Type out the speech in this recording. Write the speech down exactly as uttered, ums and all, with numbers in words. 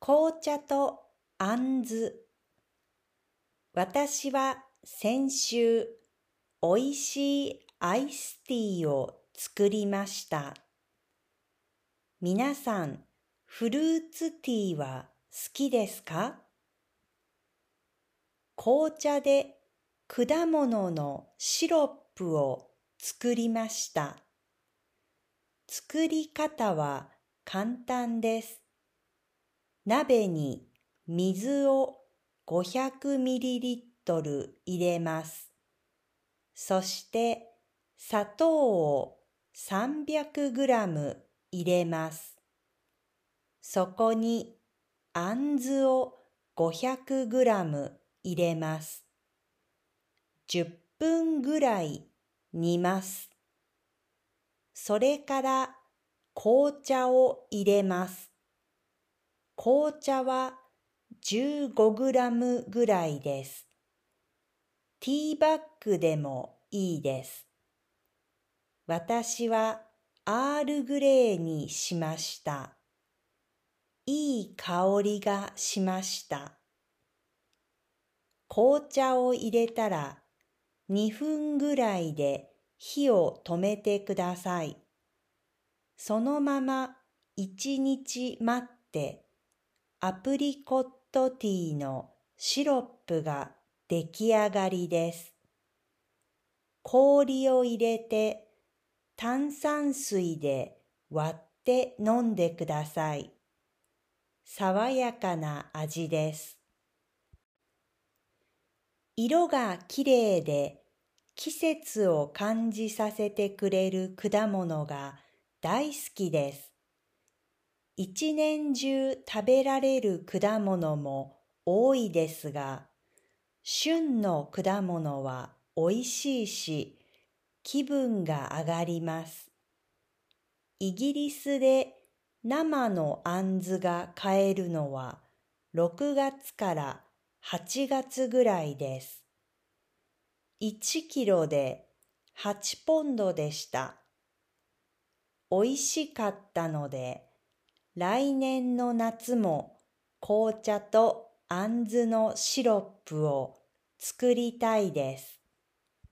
紅茶とあんず。私は先週、おいしいアイスティーを作りました。皆さん、フルーツティーは好きですか？紅茶で果物のシロップを作りました。作り方は簡単です。鍋に水を ごひゃくミリリットル 入れます。そして砂糖を さんびゃくグラム 入れます。そこにあんずを ごひゃくグラム 入れます。じゅっぷんぐらい煮ます。それから紅茶を入れます。紅茶は じゅうごグラム ぐらいです。ティーバッグでもいいです。私はアールグレーにしました。いい香りがしました。紅茶を入れたらにふんぐらいで火を止めてください。そのままいちにち待ってアプリコットティーのシロップが出来上がりです。氷を入れて炭酸水で割って飲んでください。爽やかな味です。色がきれいで季節を感じさせてくれる果物が大好きです。一年中食べられる果物も多いですが、旬の果物はおいしいし、気分が上がります。イギリスで生のあんずが買えるのはろくがつからはちがつぐらいです。いちキロではちポンドでした。おいしかったので、来年の夏も紅茶とあんずのシロップを作りたいです。